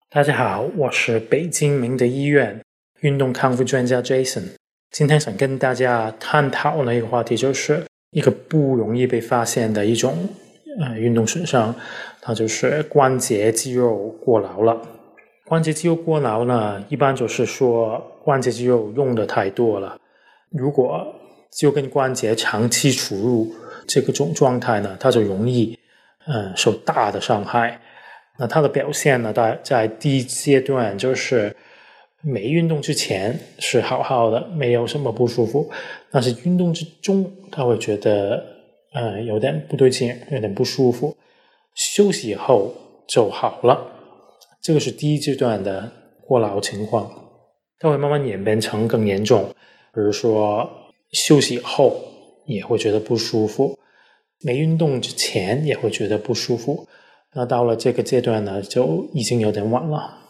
大家好，我是北京明德医院运动康复专家 Jason。今天想跟大家探讨的一个话题，就是一个不容易被发现的一种运动损伤，它就是关节肌肉过劳了。关节肌肉过劳呢，一般就是说关节肌肉用的太多了。如果肌肉跟关节长期处于这种状态呢，它就容易受大的伤害。那它的表现呢，在第一阶段就是没运动之前是好好的，没有什么不舒服，但是运动之中他会觉得有点不对劲，有点不舒服，休息以后就好了。这个是第一阶段的过劳情况，它会慢慢演变成更严重，比如说休息后也会觉得不舒服，没运动之前也会觉得不舒服。那到了这个阶段呢，就已经有点晚了。